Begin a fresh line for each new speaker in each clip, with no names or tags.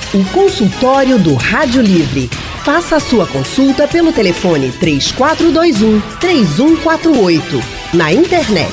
O consultório do Rádio Livre. Faça a sua consulta pelo telefone 3421-3148. Na internet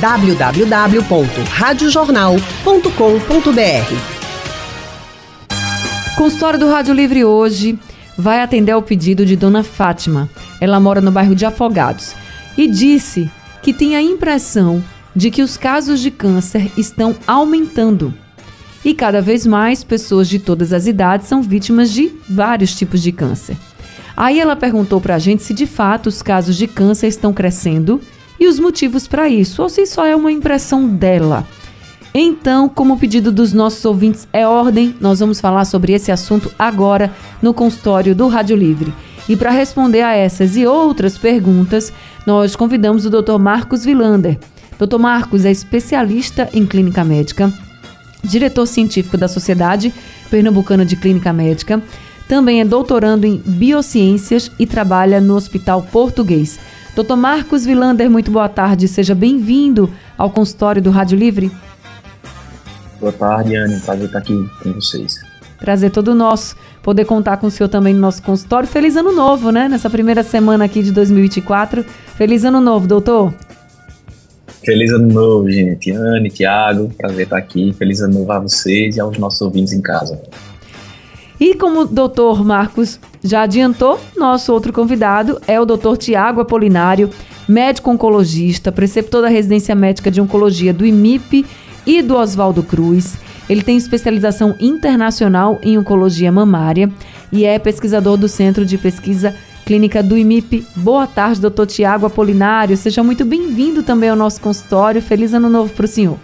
www.radiojornal.com.br.
Consultório do Rádio Livre hoje vai atender ao pedido de Dona Fátima. Ela mora no bairro de Afogados e disse que tem a impressão de que os casos de câncer estão aumentando. E cada vez mais pessoas de todas as idades são vítimas de vários tipos de câncer. Aí ela perguntou pra gente se de fato os casos de câncer estão crescendo e os motivos para isso, ou se só é uma impressão dela. Então, como o pedido dos nossos ouvintes é ordem, nós vamos falar sobre esse assunto agora no consultório do Rádio Livre. E para responder a essas e outras perguntas, nós convidamos o Dr. Marcos Vilander. Dr. Marcos é especialista em clínica médica, diretor científico da Sociedade Pernambucana de Clínica Médica, também é doutorando em biociências e trabalha no Hospital Português. Dr. Marcos Vilander, muito boa tarde, seja bem-vindo ao consultório do Rádio Livre.
Boa tarde, Anne, prazer estar aqui com vocês.
Prazer todo nosso, poder contar com o senhor também no nosso consultório. Feliz ano novo, né? Nessa primeira semana aqui de 2024. Feliz ano novo, doutor.
Feliz ano novo, gente. Anne, Tiago, prazer estar aqui. Feliz ano novo a vocês e aos nossos ouvintes em casa.
E como o doutor Marcos já adiantou, nosso outro convidado é o doutor Tiago Apolinário, médico oncologista, preceptor da residência médica de oncologia do IMIP e do Oswaldo Cruz. Ele tem especialização internacional em oncologia mamária e é pesquisador do Centro de Pesquisa Clínica do IMIP. Boa tarde, doutor Tiago Apolinário. Seja muito bem-vindo também ao nosso consultório. Feliz ano novo para o senhor.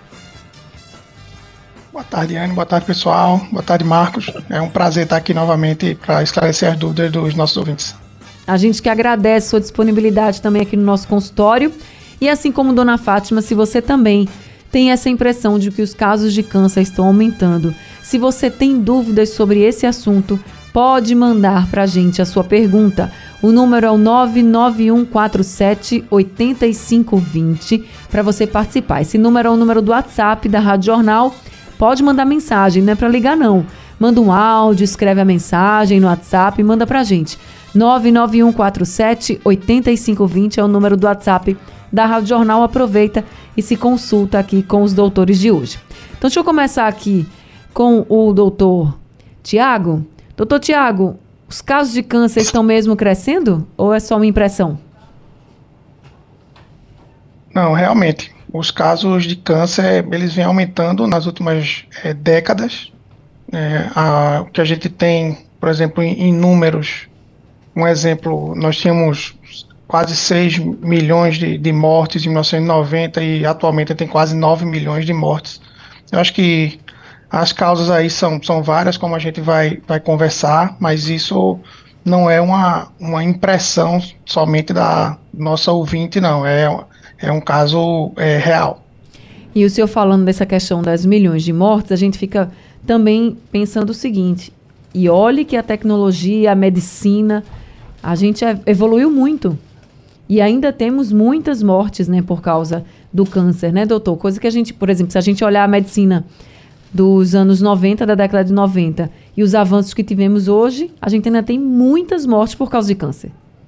Boa tarde, Anne. Boa tarde, pessoal. Boa tarde, Marcos. É um prazer estar aqui novamente para esclarecer as dúvidas dos nossos ouvintes.
A gente que agradece sua disponibilidade também aqui no nosso consultório. E assim como Dona Fátima, se você também tem essa impressão de que os casos de câncer estão aumentando, se você tem dúvidas sobre esse assunto, pode mandar para a gente a sua pergunta. O número é o 99147-8520 para você participar. Esse número é o número do WhatsApp da Rádio Jornal. Pode mandar mensagem, não é para ligar não. Manda um áudio, escreve a mensagem no WhatsApp e manda para a gente. 99147-8520 é o número do WhatsApp da Rádio Jornal. Aproveita e se consulta aqui com os doutores de hoje. Então deixa eu começar aqui com o doutor Tiago. Doutor Tiago, os casos de câncer estão mesmo crescendo ou é só uma impressão?
Não, realmente, os casos de câncer, eles vêm aumentando nas últimas décadas. O que a gente tem, por exemplo, em números, um exemplo, nós tínhamos quase 6 milhões de mortes em 1990 e atualmente tem quase 9 milhões de mortes. Eu acho que as causas aí são várias, como a gente vai conversar, mas isso não é uma impressão somente da nossa ouvinte, não. É um caso real.
E o senhor falando dessa questão das milhões de mortes, a gente fica também pensando o seguinte, e olhe que a tecnologia, a medicina, a gente evoluiu muito. E ainda temos muitas mortes, né, por causa do câncer, né, doutor? Coisa que a gente, por exemplo, se a gente olhar a medicina dos anos 90, da década de 90, e os avanços que tivemos hoje, a gente ainda tem muitas mortes por causa de câncer.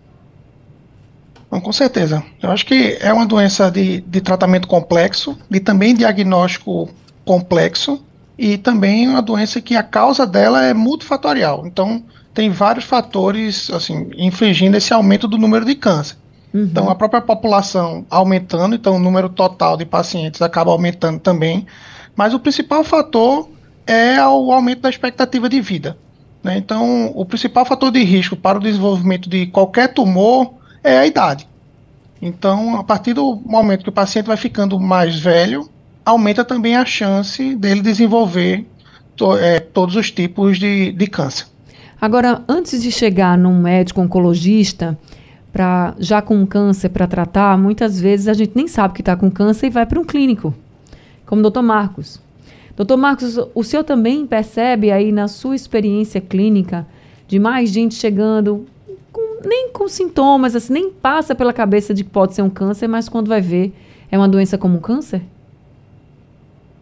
Bom, com certeza. Eu acho que é uma doença de tratamento complexo e também diagnóstico complexo e também uma doença que a causa dela é multifatorial. Então, tem vários fatores, assim, infligindo esse aumento do número de câncer. Uhum. Então, a própria população aumentando, então o número total de pacientes acaba aumentando também. Mas o principal fator é o aumento da expectativa de vida, né? Então, o principal fator de risco para o desenvolvimento de qualquer tumor é a idade. Então, a partir do momento que o paciente vai ficando mais velho, aumenta também a chance dele desenvolver todos os tipos de câncer.
Agora, antes de chegar num médico oncologista, já com câncer para tratar, muitas vezes a gente nem sabe que está com câncer e vai para um clínico, como o doutor Marcos. Doutor Marcos, o senhor também percebe aí na sua experiência clínica de mais gente chegando, nem com sintomas, assim, nem passa pela cabeça de que pode ser um câncer, mas quando vai ver, é uma doença como um câncer?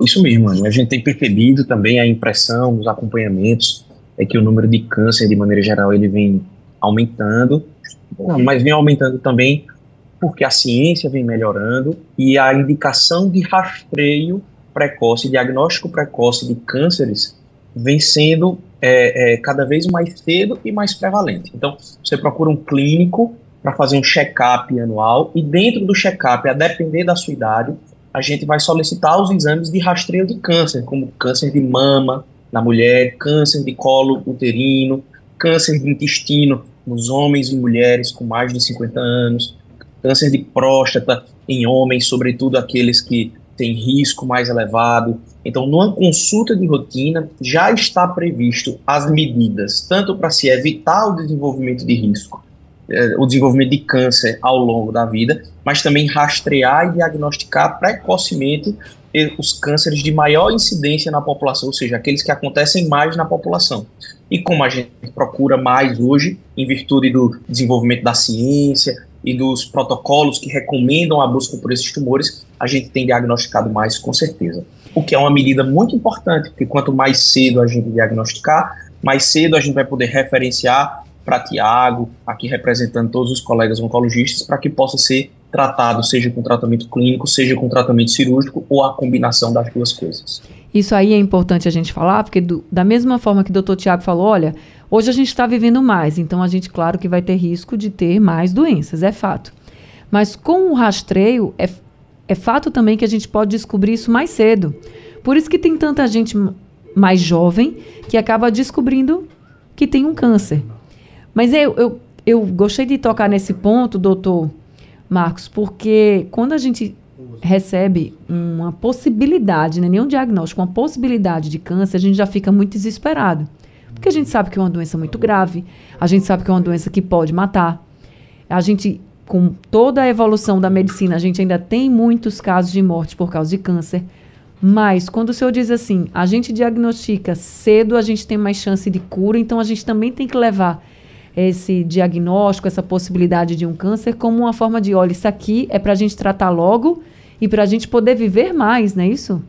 Isso mesmo, Anny. A gente tem percebido também a impressão, os acompanhamentos, é que o número de câncer, de maneira geral, ele vem aumentando, mas vem aumentando também porque a ciência vem melhorando e a indicação de rastreio precoce, diagnóstico precoce de cânceres vem sendo cada vez mais cedo e mais prevalente. Então, você procura um clínico para fazer um check-up anual e dentro do check-up, a depender da sua idade, a gente vai solicitar os exames de rastreio de câncer, como câncer de mama na mulher, câncer de colo uterino, câncer de intestino nos homens e mulheres com mais de 50 anos, câncer de próstata em homens, sobretudo aqueles que têm risco mais elevado. Então, numa consulta de rotina, já está previsto as medidas, tanto para se evitar o desenvolvimento de risco, o desenvolvimento de câncer ao longo da vida, mas também rastrear e diagnosticar precocemente os cânceres de maior incidência na população, ou seja, aqueles que acontecem mais na população. E como a gente procura mais hoje, em virtude do desenvolvimento da ciência e dos protocolos que recomendam a busca por esses tumores, a gente tem diagnosticado mais, com certeza. O que é uma medida muito importante, porque quanto mais cedo a gente diagnosticar, mais cedo a gente vai poder referenciar para Tiago, aqui representando todos os colegas oncologistas, para que possa ser tratado, seja com tratamento clínico, seja com tratamento cirúrgico ou a combinação das duas coisas.
Isso aí é importante a gente falar, porque da mesma forma que o doutor Tiago falou, olha, hoje a gente está vivendo mais, então a gente, claro que vai ter risco de ter mais doenças, é fato. Mas com o rastreio, é fato também que a gente pode descobrir isso mais cedo. Por isso que tem tanta gente mais jovem que acaba descobrindo que tem um câncer. Mas eu gostei de tocar nesse ponto, doutor Marcos, porque quando a gente recebe uma possibilidade, não é nem um diagnóstico, uma possibilidade de câncer, a gente já fica muito desesperado. Porque a gente sabe que é uma doença muito grave, a gente sabe que é uma doença que pode matar. A gente, com toda a evolução da medicina, a gente ainda tem muitos casos de morte por causa de câncer. Mas quando o senhor diz assim, a gente diagnostica cedo, a gente tem mais chance de cura, então a gente também tem que levar esse diagnóstico, essa possibilidade de um câncer como uma forma de, olha, isso aqui é para a gente tratar logo e para a gente poder viver mais, não é isso?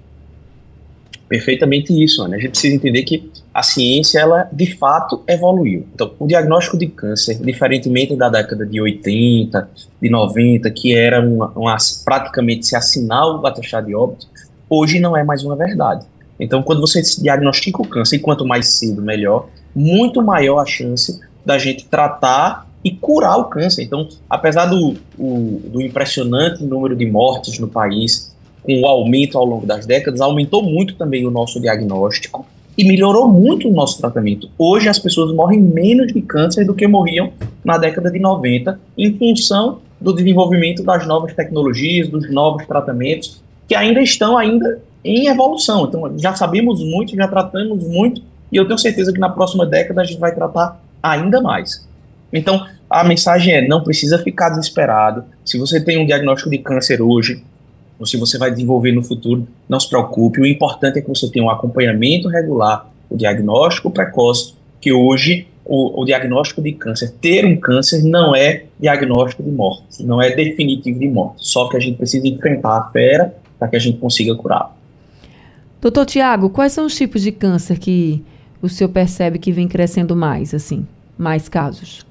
Perfeitamente isso, Ana. A gente precisa entender que a ciência, ela de fato evoluiu. Então, o diagnóstico de câncer, diferentemente da década de 80, de 90, que era praticamente se assinar o atestado de óbito, hoje não é mais uma verdade. Então, quando você diagnostica o câncer, e quanto mais cedo, melhor, muito maior a chance da gente tratar e curar o câncer. Então, apesar do impressionante número de mortes no país, com o aumento ao longo das décadas, aumentou muito também o nosso diagnóstico e melhorou muito o nosso tratamento. Hoje as pessoas morrem menos de câncer do que morriam na década de 90, em função do desenvolvimento das novas tecnologias, dos novos tratamentos, que ainda estão em evolução. Então, já sabemos muito, já tratamos muito, e eu tenho certeza que na próxima década a gente vai tratar ainda mais. Então, a mensagem é, não precisa ficar desesperado. Se você tem um diagnóstico de câncer hoje, ou se você vai desenvolver no futuro, não se preocupe. O importante é que você tenha um acompanhamento regular, o diagnóstico precoce, que hoje o diagnóstico de câncer, ter um câncer não é diagnóstico de morte, não é definitivo de morte, só que a gente precisa enfrentar a fera para que a gente consiga curar.
Doutor Tiago, quais são os tipos de câncer que o senhor percebe que vem crescendo mais, assim, mais casos?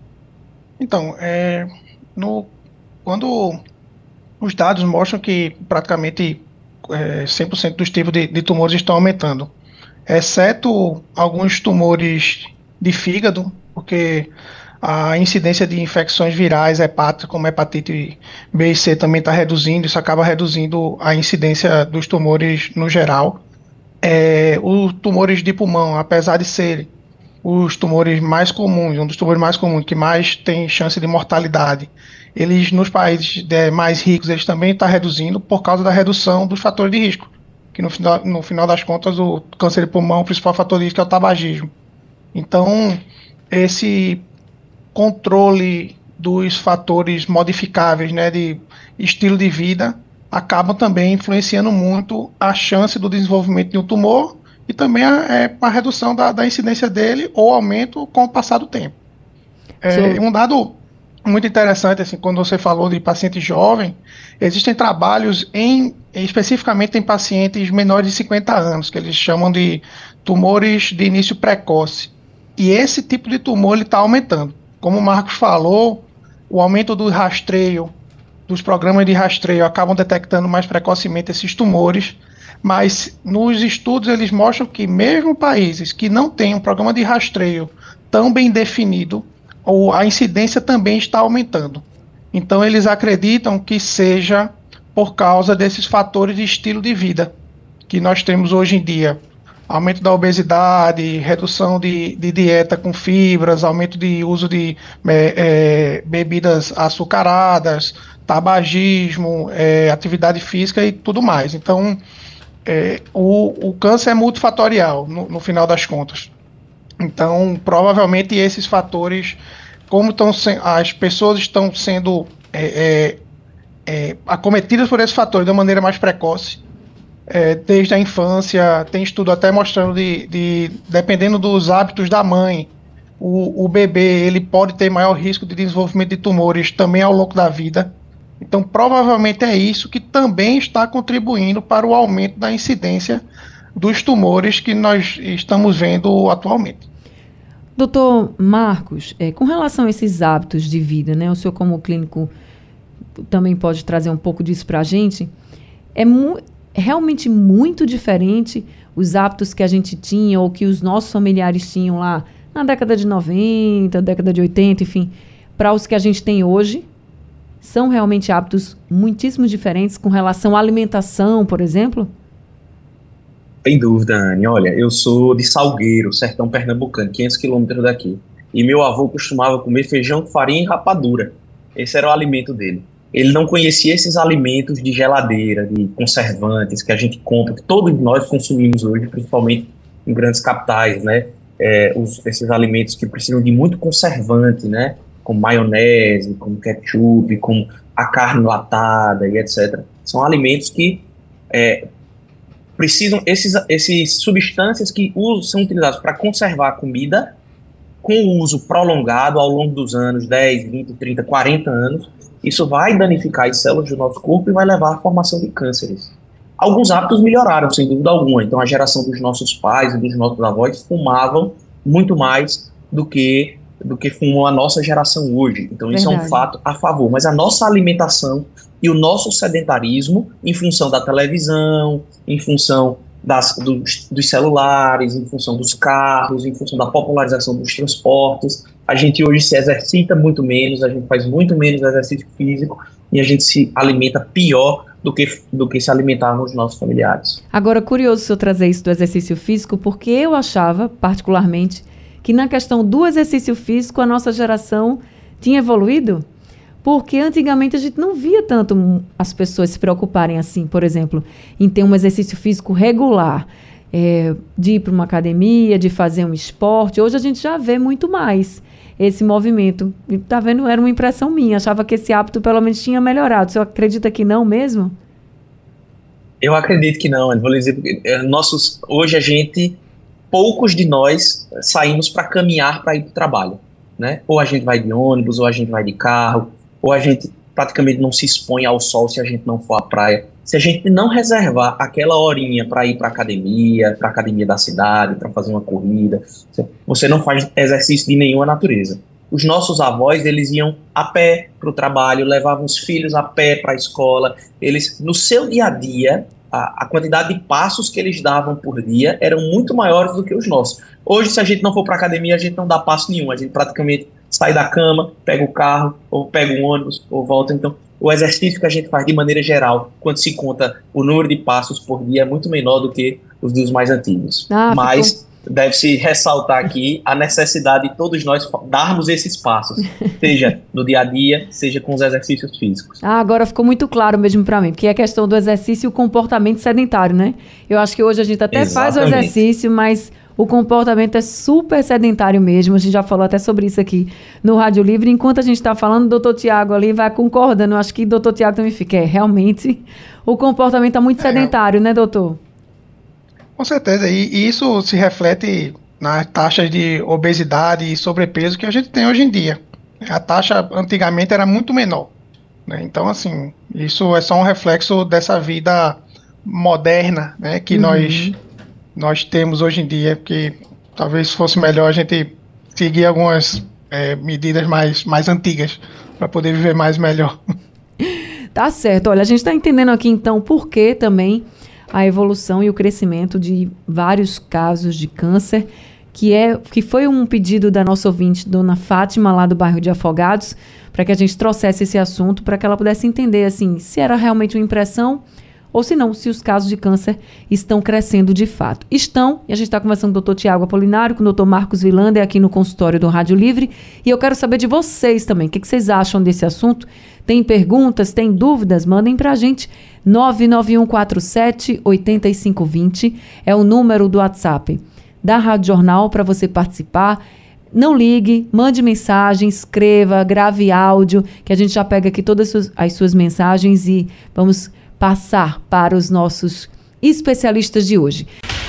Então, quando os dados mostram que praticamente 100% dos tipos de tumores estão aumentando, exceto alguns tumores de fígado, porque a incidência de infecções virais hepáticas, como hepatite B e C, também está reduzindo, isso acaba reduzindo a incidência dos tumores no geral. Os tumores de pulmão, apesar de serem os tumores mais comuns, um dos tumores mais comuns, que mais tem chance de mortalidade, eles nos países mais ricos, eles também estão reduzindo por causa da redução dos fatores de risco, que no final das contas o câncer de pulmão, o principal fator de risco é o tabagismo. Então, esse controle dos fatores modificáveis, né, de estilo de vida, acabam também influenciando muito a chance do desenvolvimento de um tumor e também a redução da incidência dele ou aumento com o passar do tempo. Um dado muito interessante, assim, quando você falou de paciente jovem, existem trabalhos especificamente em pacientes menores de 50 anos, que eles chamam de tumores de início precoce. E esse tipo de tumor ele está aumentando. Como o Marcos falou, o aumento do rastreio, dos programas de rastreio, acabam detectando mais precocemente esses tumores, mas nos estudos eles mostram que mesmo países que não têm um programa de rastreio tão bem definido, a incidência também está aumentando. Então eles acreditam que seja por causa desses fatores de estilo de vida que nós temos hoje em dia. Aumento da obesidade, redução de dieta com fibras, aumento de uso de bebidas açucaradas, tabagismo, atividade física e tudo mais. Então, o câncer é multifatorial, no final das contas. Então, provavelmente esses fatores, como as pessoas estão sendo acometidas por esses fatores de uma maneira mais precoce, desde a infância, tem estudo até mostrando dependendo dos hábitos da mãe, o bebê ele pode ter maior risco de desenvolvimento de tumores também ao longo da vida. Então, provavelmente é isso que também está contribuindo para o aumento da incidência dos tumores que nós estamos vendo atualmente.
Doutor Marcos, com relação a esses hábitos de vida, né? O senhor como clínico também pode trazer um pouco disso para a gente. É realmente muito diferente os hábitos que a gente tinha ou que os nossos familiares tinham lá na década de 90, década de 80, enfim, para os que a gente tem hoje. São realmente hábitos muitíssimo diferentes com relação à alimentação, por exemplo?
Sem dúvida, Anne. Olha, eu sou de Salgueiro, sertão pernambucano, 500 quilômetros daqui. E meu avô costumava comer feijão com farinha e rapadura. Esse era o alimento dele. Ele não conhecia esses alimentos de geladeira, de conservantes que a gente compra, que todos nós consumimos hoje, principalmente em grandes capitais, né? Esses alimentos que precisam de muito conservante, né? Como maionese, como ketchup, como a carne latada e etc. São alimentos que precisam, esses substâncias que são utilizadas para conservar a comida com uso prolongado ao longo dos anos, 10, 20, 30, 40 anos, isso vai danificar as células do nosso corpo e vai levar à formação de cânceres. Alguns hábitos melhoraram, sem dúvida alguma. Então, a geração dos nossos pais e dos nossos avós fumavam muito mais do que fumam a nossa geração hoje. Então, isso é um fato a favor. Mas a nossa alimentação e o nosso sedentarismo, em função da televisão, em função dos celulares, em função dos carros, em função da popularização dos transportes, a gente hoje se exercita muito menos, a gente faz muito menos exercício físico e a gente se alimenta pior do que se alimentavam os nossos familiares.
Agora, curioso o senhor trazer isso do exercício físico, porque eu achava, particularmente, que na questão do exercício físico a nossa geração tinha evoluído, porque antigamente a gente não via tanto as pessoas se preocuparem assim, por exemplo, em ter um exercício físico regular, de ir para uma academia, de fazer um esporte. Hoje a gente já vê muito mais esse movimento. E tá vendo? Era uma impressão minha. Achava que esse hábito pelo menos tinha melhorado. O senhor acredita que não mesmo?
Eu acredito que não. Vou dizer, hoje poucos de nós saímos para caminhar para ir para o trabalho, né? Ou a gente vai de ônibus, ou a gente vai de carro, ou a gente praticamente não se expõe ao sol se a gente não for à praia. Se a gente não reservar aquela horinha para ir para a academia da cidade, para fazer uma corrida, você não faz exercício de nenhuma natureza. Os nossos avós, eles iam a pé para o trabalho, levavam os filhos a pé para a escola. Eles, no seu dia a dia, a quantidade de passos que eles davam por dia eram muito maiores do que os nossos. Hoje, se a gente não for para a academia, a gente não dá passo nenhum. A gente praticamente sai da cama, pega o carro, ou pega um ônibus, ou volta. Então, o exercício que a gente faz de maneira geral, quando se conta o número de passos por dia, é muito menor do que os dos mais antigos. Mas deve-se ressaltar aqui a necessidade de todos nós darmos esses passos, seja no dia a dia, seja com os exercícios físicos.
Agora ficou muito claro mesmo para mim, porque é a questão do exercício e o comportamento sedentário, né? Eu acho que hoje a gente até faz o exercício, mas o comportamento é super sedentário mesmo. A gente já falou até sobre isso aqui no Rádio Livre. Enquanto a gente está falando, o doutor Tiago ali vai concordando. Eu acho que o doutor Tiago também fica. Realmente, o comportamento está muito sedentário, né, doutor?
Com certeza. E isso se reflete nas taxas de obesidade e sobrepeso que a gente tem hoje em dia. A taxa antigamente era muito menor, né? Então, assim, isso é só um reflexo dessa vida moderna, né, que nós temos hoje em dia, que talvez fosse melhor a gente seguir algumas medidas mais antigas para poder viver mais melhor.
Tá certo. Olha, a gente está entendendo aqui, então, por que também a evolução e o crescimento de vários casos de câncer, que foi um pedido da nossa ouvinte, dona Fátima, lá do bairro de Afogados, para que a gente trouxesse esse assunto, para que ela pudesse entender, assim, se era realmente uma impressão ou se não, se os casos de câncer estão crescendo de fato. Estão, e a gente está conversando com o Dr. Tiago Apolinário, com o Dr. Marcos Vilander, aqui no consultório do Rádio Livre, e eu quero saber de vocês também, o que vocês acham desse assunto? Tem perguntas, tem dúvidas? Mandem para a gente, 99147-8520, é o número do WhatsApp da Rádio Jornal para você participar. Não ligue, mande mensagem, escreva, grave áudio, que a gente já pega aqui todas as suas mensagens e vamos passar para os nossos especialistas de hoje.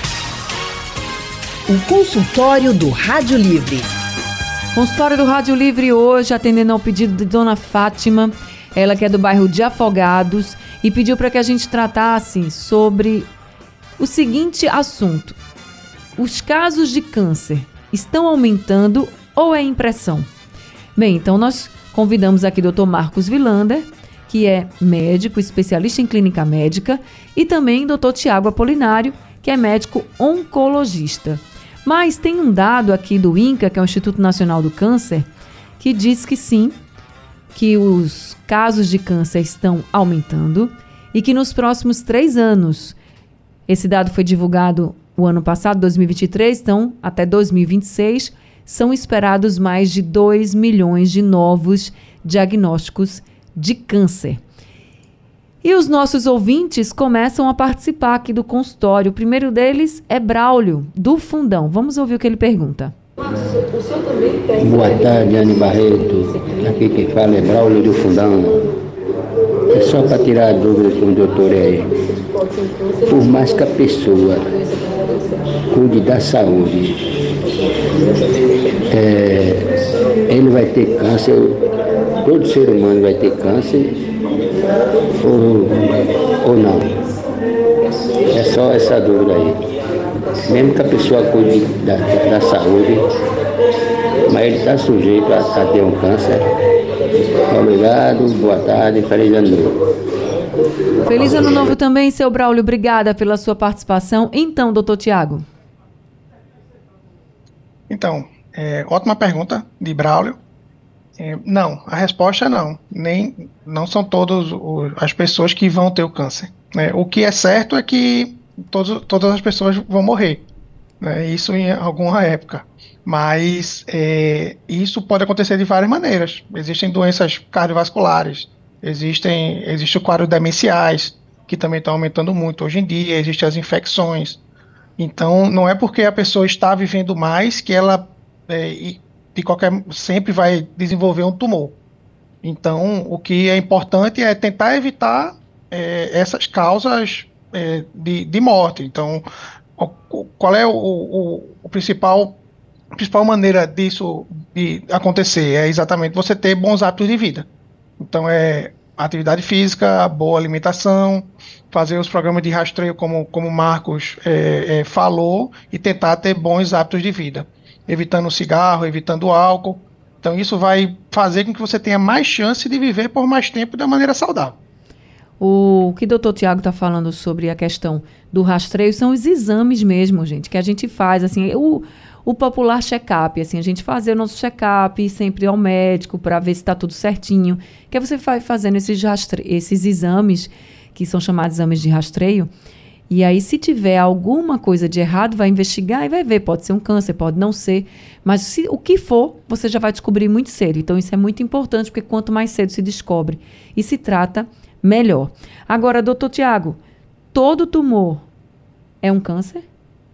O consultório do Rádio Livre.
Consultório do Rádio Livre hoje, atendendo ao pedido de dona Fátima, ela que é do bairro de Afogados, e pediu para que a gente tratasse sobre o seguinte assunto: os casos de câncer estão aumentando ou é impressão? Bem, então nós convidamos aqui o Dr. Marcos Vilander, que é médico, especialista em clínica médica, e também Dr. Tiago Apolinário, que é médico oncologista. Mas tem um dado aqui do INCA, que é o Instituto Nacional do Câncer, que diz que sim, que os casos de câncer estão aumentando e que nos próximos 3 anos, esse dado foi divulgado o ano passado, 2023, então até 2026, são esperados mais de 2 milhões de novos diagnósticos de câncer. E os nossos ouvintes começam a participar aqui do consultório. O primeiro deles é Braulio, do Fundão. Vamos ouvir o que ele pergunta.
Boa tarde, Anne Barreto. Aqui quem fala é Braulio, do Fundão. É só para tirar a dúvida com o doutor aí. Por mais que a pessoa cuide da saúde, ele vai ter câncer. Todo ser humano vai ter câncer ou não? É só essa dúvida aí. Mesmo que a pessoa cuide da saúde, mas ele está sujeito a ter um câncer. Obrigado, boa tarde, feliz ano novo.
Feliz ano novo também, seu Braulio. Obrigada pela sua participação. Então, doutor Tiago.
Então, ótima pergunta de Braulio. Não, a resposta é não. Não são todas as pessoas que vão ter o câncer, né? O que é certo é que todas as pessoas vão morrer, né? Isso em alguma época. Mas isso pode acontecer de várias maneiras. Existem doenças cardiovasculares, existe o quadro demenciais, que também estão aumentando muito hoje em dia, existem as infecções. Então, não é porque a pessoa está vivendo mais que ela sempre vai desenvolver um tumor. Então, o que é importante é tentar evitar essas causas de morte. Então, qual é a principal maneira disso de acontecer? É exatamente você ter bons hábitos de vida. Então, atividade física, boa alimentação, fazer os programas de rastreio, como o Marcos falou, e tentar ter bons hábitos de vida, evitando o cigarro, evitando o álcool. Então isso vai fazer com que você tenha mais chance de viver por mais tempo de maneira saudável.
O que o doutor Tiago está falando sobre a questão do rastreio são os exames mesmo, gente, que a gente faz, assim, o popular check-up, assim, a gente fazer o nosso check-up sempre ao médico para ver se está tudo certinho, que aí você vai fazendo esses exames, que são chamados exames de rastreio, e aí se tiver alguma coisa de errado, vai investigar e vai ver, pode ser um câncer, pode não ser, mas o que for, você já vai descobrir muito cedo. Então isso é muito importante, porque quanto mais cedo se descobre e se trata, melhor. Agora, doutor Tiago, todo tumor é um câncer?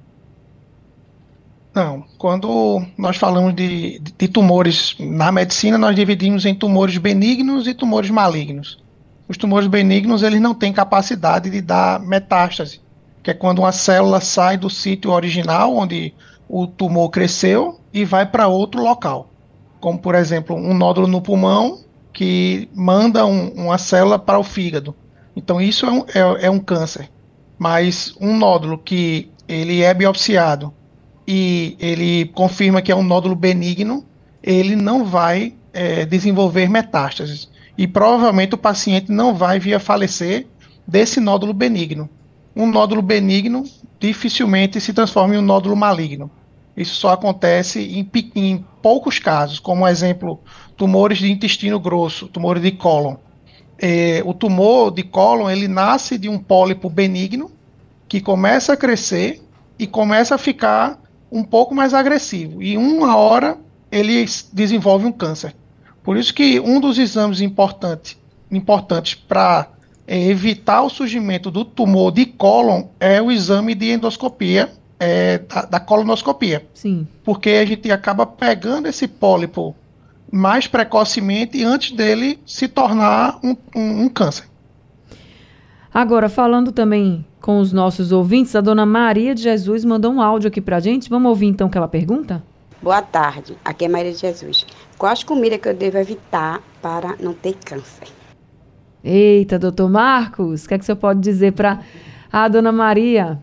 Não, quando nós falamos de tumores na medicina, nós dividimos em tumores benignos e tumores malignos. Os tumores benignos, eles não têm capacidade de dar metástase, que é quando uma célula sai do sítio original, onde o tumor cresceu, e vai para outro local. como por exemplo um nódulo no pulmão que manda uma célula para o fígado. Então isso é um câncer. Mas um nódulo que ele é biopsiado e ele confirma que é um nódulo benigno, ele não vai desenvolver metástases. E provavelmente o paciente não vai vir a falecer desse nódulo benigno. Um nódulo benigno dificilmente se transforma em um nódulo maligno. Isso só acontece em poucos casos, como exemplo, tumores de intestino grosso, tumores de cólon. O tumor de cólon, ele nasce de um pólipo benigno que começa a crescer e começa a ficar um pouco mais agressivo. E uma hora ele desenvolve um câncer. Por isso que um dos exames importantes para evitar o surgimento do tumor de cólon é o exame de endoscopia, da colonoscopia.
Sim.
Porque a gente acaba pegando esse pólipo mais precocemente antes dele se tornar um câncer.
Agora, falando também com os nossos ouvintes, a dona Maria de Jesus mandou um áudio aqui pra gente. Vamos ouvir então o que ela pergunta?
Boa tarde, aqui é Maria de Jesus. Quais comidas que eu devo evitar para não ter câncer?
Eita, doutor Marcos, o que é que o senhor pode dizer para a dona Maria?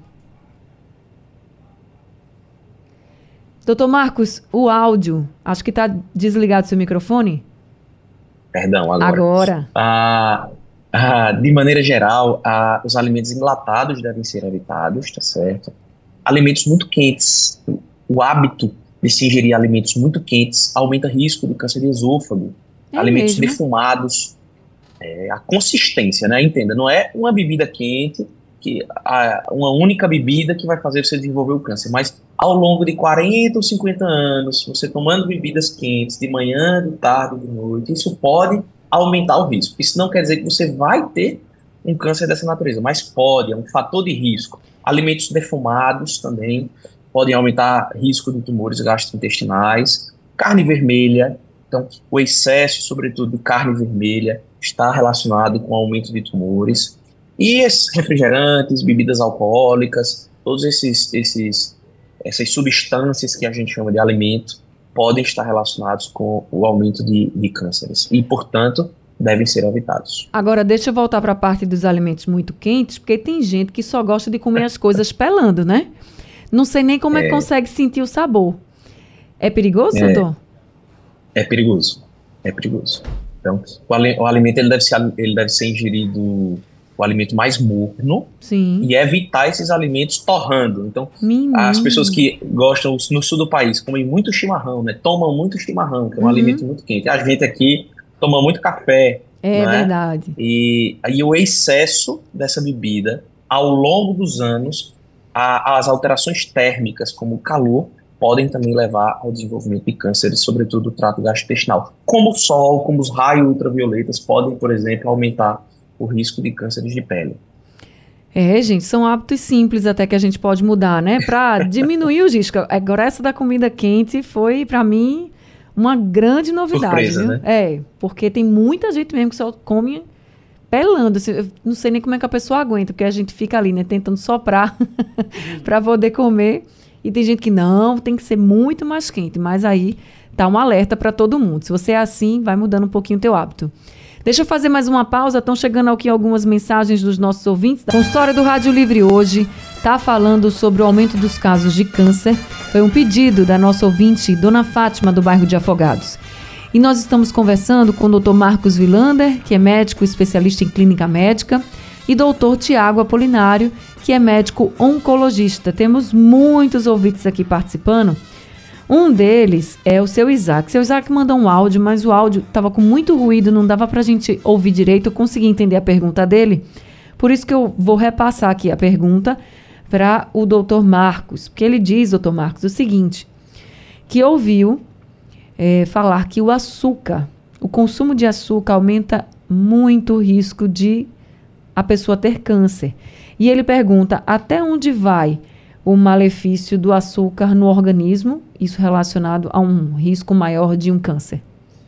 Doutor Marcos, o áudio, acho que está desligado o seu microfone?
Perdão, agora. De maneira geral, os alimentos enlatados devem ser evitados, tá certo? Alimentos muito quentes, o hábito de se ingerir alimentos muito quentes aumenta o risco de câncer de esôfago. Alimentos
mesmo?
defumados, a consistência, né? Entenda, não é uma bebida quente, uma única bebida que vai fazer você desenvolver o câncer, mas ao longo de 40 ou 50 anos, você tomando bebidas quentes de manhã, de tarde, de noite, isso pode aumentar o risco. Isso não quer dizer que você vai ter um câncer dessa natureza, mas pode, é um fator de risco. Alimentos defumados também podem aumentar risco de tumores gastrointestinais. Carne vermelha, então o excesso, sobretudo de carne vermelha, está relacionado com o aumento de tumores. E esses refrigerantes, bebidas alcoólicas, todos essas substâncias que a gente chama de alimento, podem estar relacionados com o aumento de cânceres e, portanto, devem ser evitados.
Agora, deixa eu voltar para a parte dos alimentos muito quentes, porque tem gente que só gosta de comer as coisas pelando, né? Não sei nem como é que consegue sentir o sabor. É perigoso, doutor?
É perigoso. É perigoso. Então, o alimento ele deve ser ingerido o alimento mais morno.
Sim.
E evitar esses alimentos torrando. Então, as pessoas que gostam no sul do país comem muito chimarrão, né? Tomam muito chimarrão, que é um alimento muito quente. A gente aqui toma muito café.
É verdade.
E aí o excesso dessa bebida, ao longo dos anos, as alterações térmicas, como o calor, podem também levar ao desenvolvimento de cânceres, sobretudo do trato gastrointestinal. Como o sol, como os raios ultravioletas podem, por exemplo, aumentar o risco de cânceres de pele.
Gente, são hábitos simples até que a gente pode mudar, né? Para diminuir o risco. Agora, essa da comida quente foi, para mim, uma grande novidade.
Surpresa,
viu?
Né?
Porque tem muita gente mesmo que só come pelando. Assim, eu não sei nem como é que a pessoa aguenta, porque a gente fica ali, né? Tentando soprar para poder comer. E tem gente que não, tem que ser muito mais quente. Mas aí tá um alerta para todo mundo. Se você é assim, vai mudando um pouquinho o teu hábito. Deixa eu fazer mais uma pausa, estão chegando aqui algumas mensagens dos nossos ouvintes. A consultória do Rádio Livre hoje está falando sobre o aumento dos casos de câncer. Foi um pedido da nossa ouvinte, Dona Fátima, do bairro de Afogados. E nós estamos conversando com o Dr. Marcos Vilander, que é médico especialista em clínica médica, e Dr. Tiago Apolinário, que é médico oncologista. Temos muitos ouvintes aqui participando. Um deles é o seu Isaac. Seu Isaac mandou um áudio, mas o áudio estava com muito ruído, não dava para a gente ouvir direito. Eu consegui entender a pergunta dele, por isso que eu vou repassar aqui a pergunta para o Dr. Marcos. Porque ele diz, Dr. Marcos, o seguinte, que ouviu falar que o consumo de açúcar aumenta muito o risco de a pessoa ter câncer. E ele pergunta até onde vai o malefício do açúcar no organismo, isso relacionado a um risco maior de um câncer.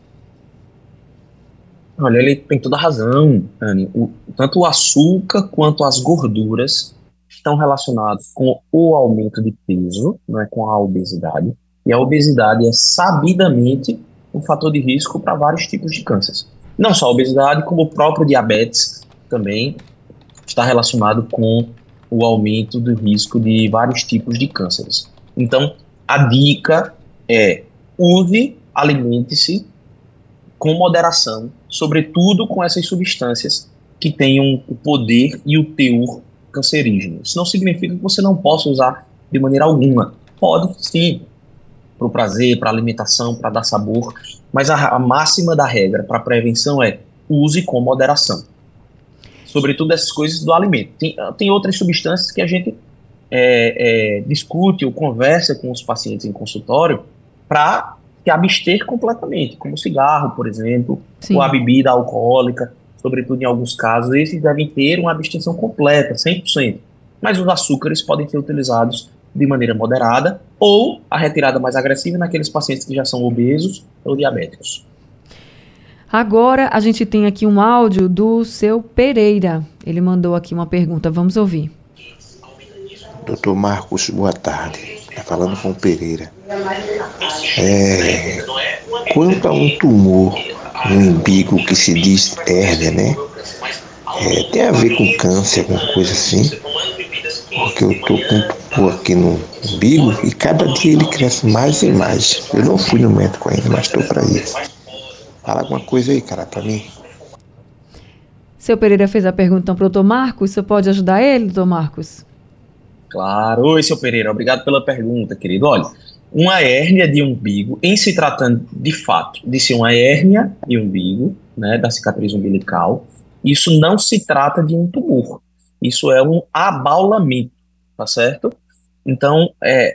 Olha, ele tem toda a razão, Anny. Tanto o açúcar quanto as gorduras estão relacionados com o aumento de peso, não é, com a obesidade. E a obesidade é sabidamente um fator de risco para vários tipos de cânceres. Não só a obesidade, como o próprio diabetes também está relacionado com o aumento do risco de vários tipos de cânceres. Então, a dica é: alimente-se com moderação, sobretudo com essas substâncias que tenham o poder e o teor cancerígeno. Isso não significa que você não possa usar de maneira alguma. Pode sim, para o prazer, para a alimentação, para dar sabor, mas a máxima da regra para a prevenção é: use com moderação. Sobretudo essas coisas do alimento. Tem outras substâncias que a gente discute ou conversa com os pacientes em consultório para se abster completamente, como o cigarro, por exemplo, ou a bebida alcoólica, sobretudo em alguns casos, esses devem ter uma abstenção completa, 100%. Mas os açúcares podem ser utilizados de maneira moderada, ou a retirada mais agressiva naqueles pacientes que já são obesos ou diabéticos.
Agora a gente tem aqui um áudio do seu Pereira. Ele mandou aqui uma pergunta, vamos ouvir.
Doutor Marcos, boa tarde. Está falando com o Pereira. Quanto a um tumor no umbigo que se diz hérnia, né? Tem a ver com câncer, alguma coisa assim? Porque eu estou com um tumor aqui no umbigo e cada dia ele cresce mais e mais. Eu não fui no médico ainda, mas estou para ir. Fala alguma coisa aí, cara, para mim.
Seu Pereira fez a pergunta então para o doutor Marcos. Você pode ajudar ele, doutor Marcos?
Claro. Oi, seu Pereira. Obrigado pela pergunta, querido. Olha, uma hérnia de umbigo, em se tratando de fato de ser uma hérnia de umbigo, né, da cicatriz umbilical, isso não se trata de um tumor. Isso é um abaulamento, tá certo? Então,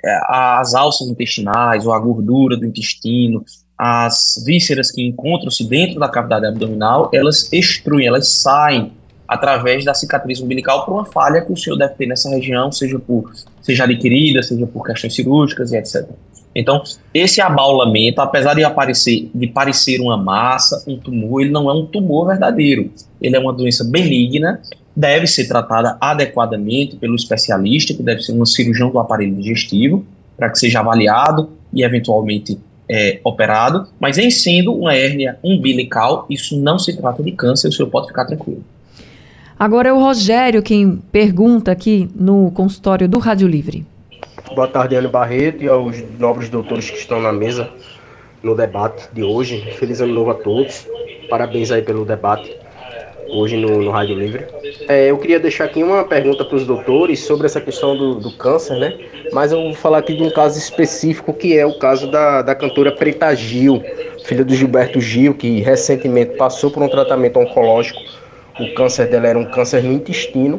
as alças intestinais ou a gordura do intestino, as vísceras que encontram-se dentro da cavidade abdominal, elas extruem, elas saem através da cicatriz umbilical por uma falha que o senhor deve ter nessa região, seja adquirida, seja por questões cirúrgicas e etc. Então, esse abaulamento, apesar de parecer uma massa, um tumor, ele não é um tumor verdadeiro. Ele é uma doença benigna, deve ser tratada adequadamente pelo especialista, que deve ser um cirurgião do aparelho digestivo, para que seja avaliado e eventualmente operado, mas em sendo uma hérnia umbilical, isso não se trata de câncer, o senhor pode ficar tranquilo.
Agora é o Rogério quem pergunta aqui no consultório do Rádio Livre.
Boa tarde, Ana Barreto, e aos nobres doutores que estão na mesa no debate de hoje. Feliz ano novo a todos. Parabéns aí pelo debate hoje no Rádio Livre. Eu queria deixar aqui uma pergunta para os doutores sobre essa questão do câncer, né? Mas eu vou falar aqui de um caso específico, que é o caso da cantora Preta Gil, filha do Gilberto Gil, que recentemente passou por um tratamento oncológico. O câncer dela era um câncer no intestino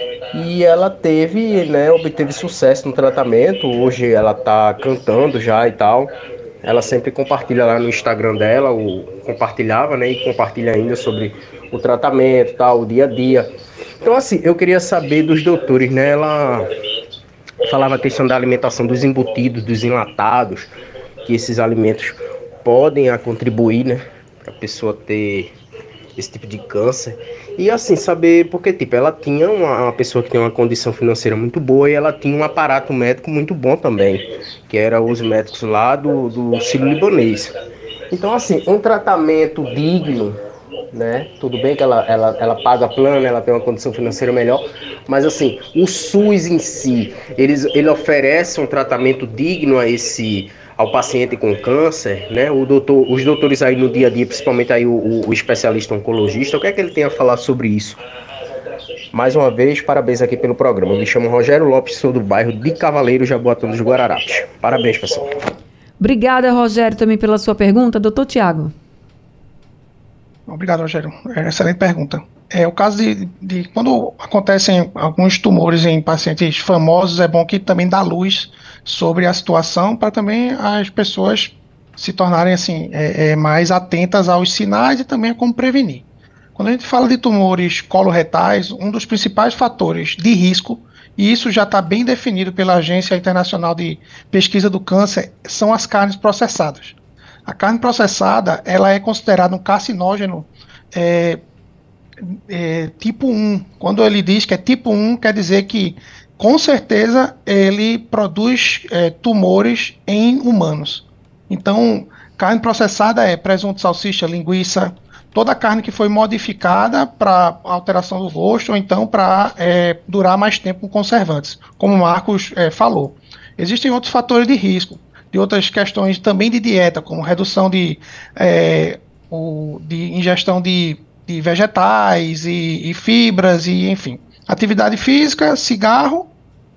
e ela obteve sucesso no tratamento. Hoje ela está cantando já e tal. Ela sempre compartilha lá no Instagram dela, compartilhava, né, e compartilha ainda sobre o tratamento, tal, o dia a dia. Então, assim, eu queria saber dos doutores, né, ela falava a questão da alimentação dos embutidos, dos enlatados, que esses alimentos podem contribuir, né, para a pessoa ter esse tipo de câncer. E assim, saber, porque tipo, ela tinha uma pessoa que tem uma condição financeira muito boa e ela tinha um aparato médico muito bom também, que era os médicos lá do Sírio-Libanês. Então assim, um tratamento digno, né? Tudo bem que ela paga plano, ela tem uma condição financeira melhor, mas assim, o SUS em si, ele oferece um tratamento digno ao paciente com câncer, né? Os doutores aí no dia a dia, principalmente aí o especialista oncologista, o que é que ele tem a falar sobre isso? Mais uma vez, parabéns aqui pelo programa. Eu me chamo Rogério Lopes, sou do bairro de Cavaleiro, Jaboatão dos Guararapes. Parabéns, pessoal.
Obrigada, Rogério, também pela sua pergunta. Doutor Tiago.
Obrigado, Rogério. Excelente pergunta. O caso de quando acontecem alguns tumores em pacientes famosos, é bom que também dá luz sobre a situação para também as pessoas se tornarem assim, mais atentas aos sinais e também a como prevenir. Quando a gente fala de tumores coloretais, um dos principais fatores de risco, e isso já está bem definido pela Agência Internacional de Pesquisa do Câncer, são as carnes processadas. A carne processada, ela é considerada um carcinógeno tipo 1. Quando ele diz que é tipo 1, quer dizer que, com certeza, ele produz tumores em humanos. Então, Carne processada é presunto, salsicha, linguiça, toda carne que foi modificada para alteração do gosto ou então para durar mais tempo com conservantes, como o Marcos falou. Existem outros fatores de risco, de outras questões também de dieta, como redução de ingestão de vegetais e fibras, e enfim, atividade física, cigarro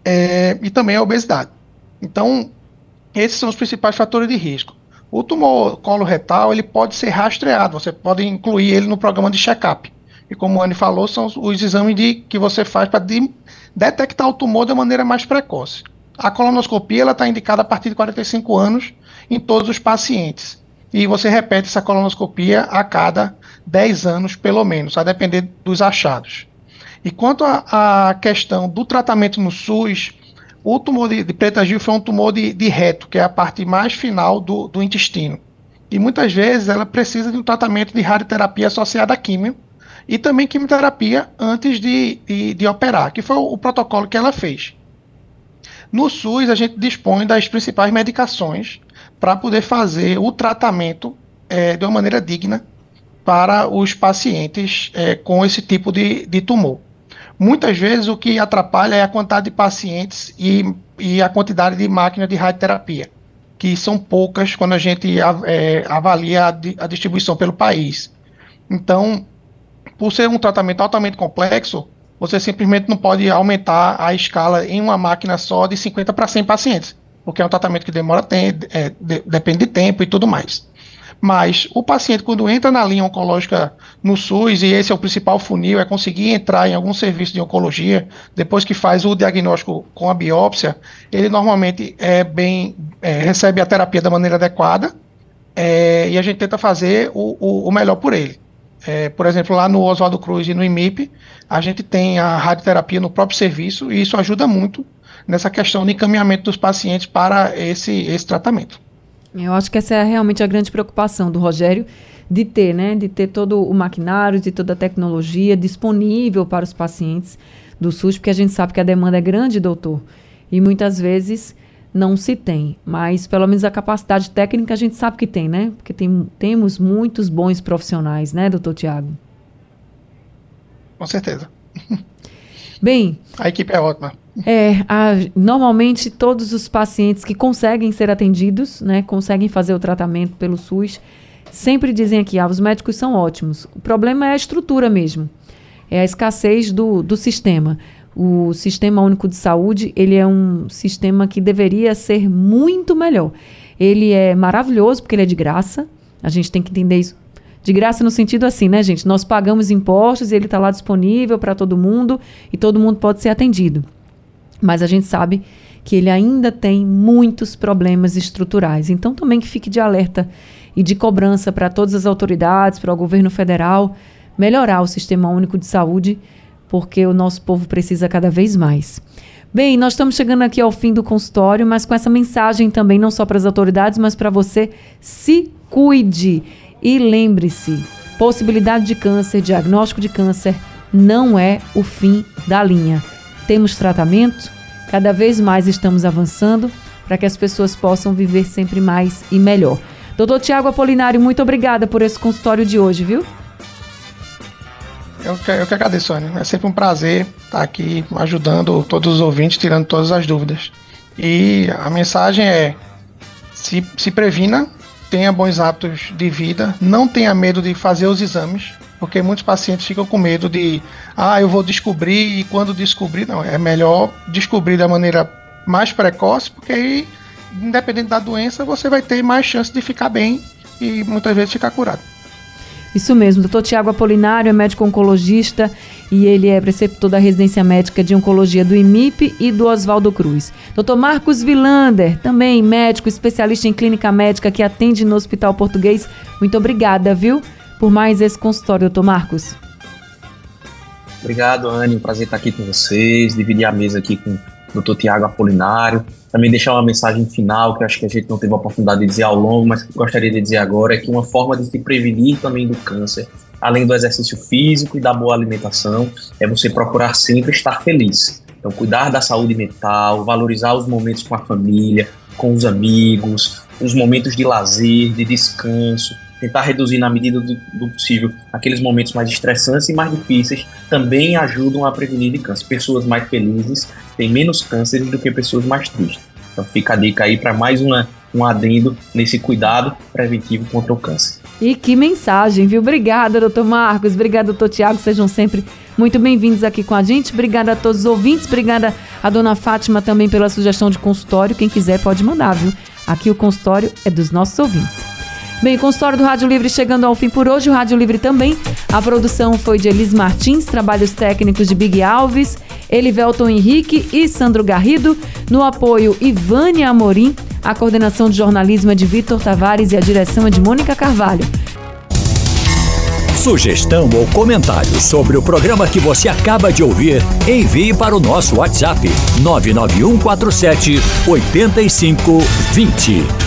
e também a obesidade. Então, esses são os principais fatores de risco. O tumor coloretal, ele pode ser rastreado, você pode incluir ele no programa de check-up. E como o Anny falou, são os exames que você faz para detectar o tumor de maneira mais precoce. A colonoscopia está indicada a partir de 45 anos em todos os pacientes. E você repete essa colonoscopia a cada 10 anos, pelo menos, a depender dos achados. E quanto à questão do tratamento no SUS, o tumor de Preta Gil foi um tumor de reto, que é a parte mais final do intestino. E muitas vezes ela precisa de um tratamento de radioterapia associada à químio e também quimioterapia antes de operar, que foi o protocolo que ela fez. No SUS, a gente dispõe das principais medicações para poder fazer o tratamento de uma maneira digna para os pacientes com esse tipo de tumor. Muitas vezes o que atrapalha é a quantidade de pacientes e a quantidade de máquinas de radioterapia, que são poucas quando a gente avalia a distribuição pelo país. Então, por ser um tratamento altamente complexo, você simplesmente não pode aumentar a escala em uma máquina só de 50 para 100 pacientes, porque é um tratamento que demora tempo, depende de tempo e tudo mais. Mas o paciente, quando entra na linha oncológica no SUS, e esse é o principal funil, é conseguir entrar em algum serviço de oncologia, depois que faz o diagnóstico com a biópsia, ele normalmente recebe a terapia da maneira adequada, e a gente tenta fazer o melhor por ele. Por exemplo, lá no Oswaldo Cruz e no IMIP, a gente tem a radioterapia no próprio serviço, e isso ajuda muito nessa questão de encaminhamento dos pacientes para esse tratamento.
Eu acho que essa é realmente a grande preocupação do Rogério, de ter todo o maquinário, de toda a tecnologia disponível para os pacientes do SUS, porque a gente sabe que a demanda é grande, doutor, e muitas vezes não se tem, mas pelo menos a capacidade técnica a gente sabe que tem, né? Porque temos muitos bons profissionais, né, doutor Tiago?
Com certeza.
Bem,
a equipe é ótima.
Normalmente todos os pacientes que conseguem ser atendidos, né, conseguem fazer o tratamento pelo SUS, sempre dizem aqui, os médicos são ótimos. O problema é a estrutura mesmo, é a escassez do sistema. O Sistema Único de Saúde, ele é um sistema que deveria ser muito melhor. Ele é maravilhoso porque ele é de graça, a gente tem que entender isso. De graça no sentido assim, né, gente? Nós pagamos impostos e ele está lá disponível para todo mundo e todo mundo pode ser atendido. Mas a gente sabe que ele ainda tem muitos problemas estruturais. Então, também que fique de alerta e de cobrança para todas as autoridades, para o governo federal, melhorar o Sistema Único de Saúde, porque o nosso povo precisa cada vez mais. Bem, nós estamos chegando aqui ao fim do consultório, mas com essa mensagem também, não só para as autoridades, mas para você, se cuide. E lembre-se, possibilidade de câncer, diagnóstico de câncer, não é o fim da linha. Temos tratamento, cada vez mais estamos avançando para que as pessoas possam viver sempre mais e melhor. Doutor Tiago Apolinário, muito obrigada por esse consultório de hoje, viu?
Eu que agradeço, Anny. É sempre um prazer estar aqui ajudando todos os ouvintes, tirando todas as dúvidas. E a mensagem é, se previna, tenha bons hábitos de vida, não tenha medo de fazer os exames, porque muitos pacientes ficam com medo de, eu vou descobrir, e quando descobrir, não, é melhor descobrir da maneira mais precoce, porque aí, independente da doença, você vai ter mais chance de ficar bem e muitas vezes ficar curado.
Isso mesmo, doutor Tiago Apolinário é médico oncologista e ele é preceptor da residência médica de oncologia do IMIP e do Oswaldo Cruz. Doutor Marcos Vilander, também médico, especialista em clínica médica que atende no Hospital Português. Muito obrigada, viu, por mais esse consultório, doutor Marcos.
Obrigado, Anny, um prazer estar aqui com vocês, dividir a mesa aqui com o doutor Tiago Apolinário. Também deixar uma mensagem final, que eu acho que a gente não teve a oportunidade de dizer ao longo, mas que gostaria de dizer agora, é que uma forma de se prevenir também do câncer, além do exercício físico e da boa alimentação, é você procurar sempre estar feliz. Então, cuidar da saúde mental, valorizar os momentos com a família, com os amigos, os momentos de lazer, de descanso, tentar reduzir na medida do possível aqueles momentos mais estressantes e mais difíceis, também ajudam a prevenir de câncer. Pessoas mais felizes têm menos cânceres do que pessoas mais tristes. Então fica a dica aí para mais um adendo nesse cuidado preventivo contra o câncer.
E que mensagem, viu? Obrigada, doutor Marcos. Obrigada, doutor Tiago. Sejam sempre muito bem-vindos aqui com a gente. Obrigada a todos os ouvintes. Obrigada a dona Fátima também pela sugestão de consultório. Quem quiser pode mandar, viu? Aqui o consultório é dos nossos ouvintes. Bem, o consultório do Rádio Livre chegando ao fim por hoje. O Rádio Livre também. A produção foi de Elis Martins, trabalhos técnicos de Big Alves, Elivelton Henrique e Sandro Garrido. No apoio, Ivânia Amorim. A coordenação de jornalismo é de Vitor Tavares e a direção é de Mônica Carvalho.
Sugestão ou comentário sobre o programa que você acaba de ouvir, envie para o nosso WhatsApp 99147 8520.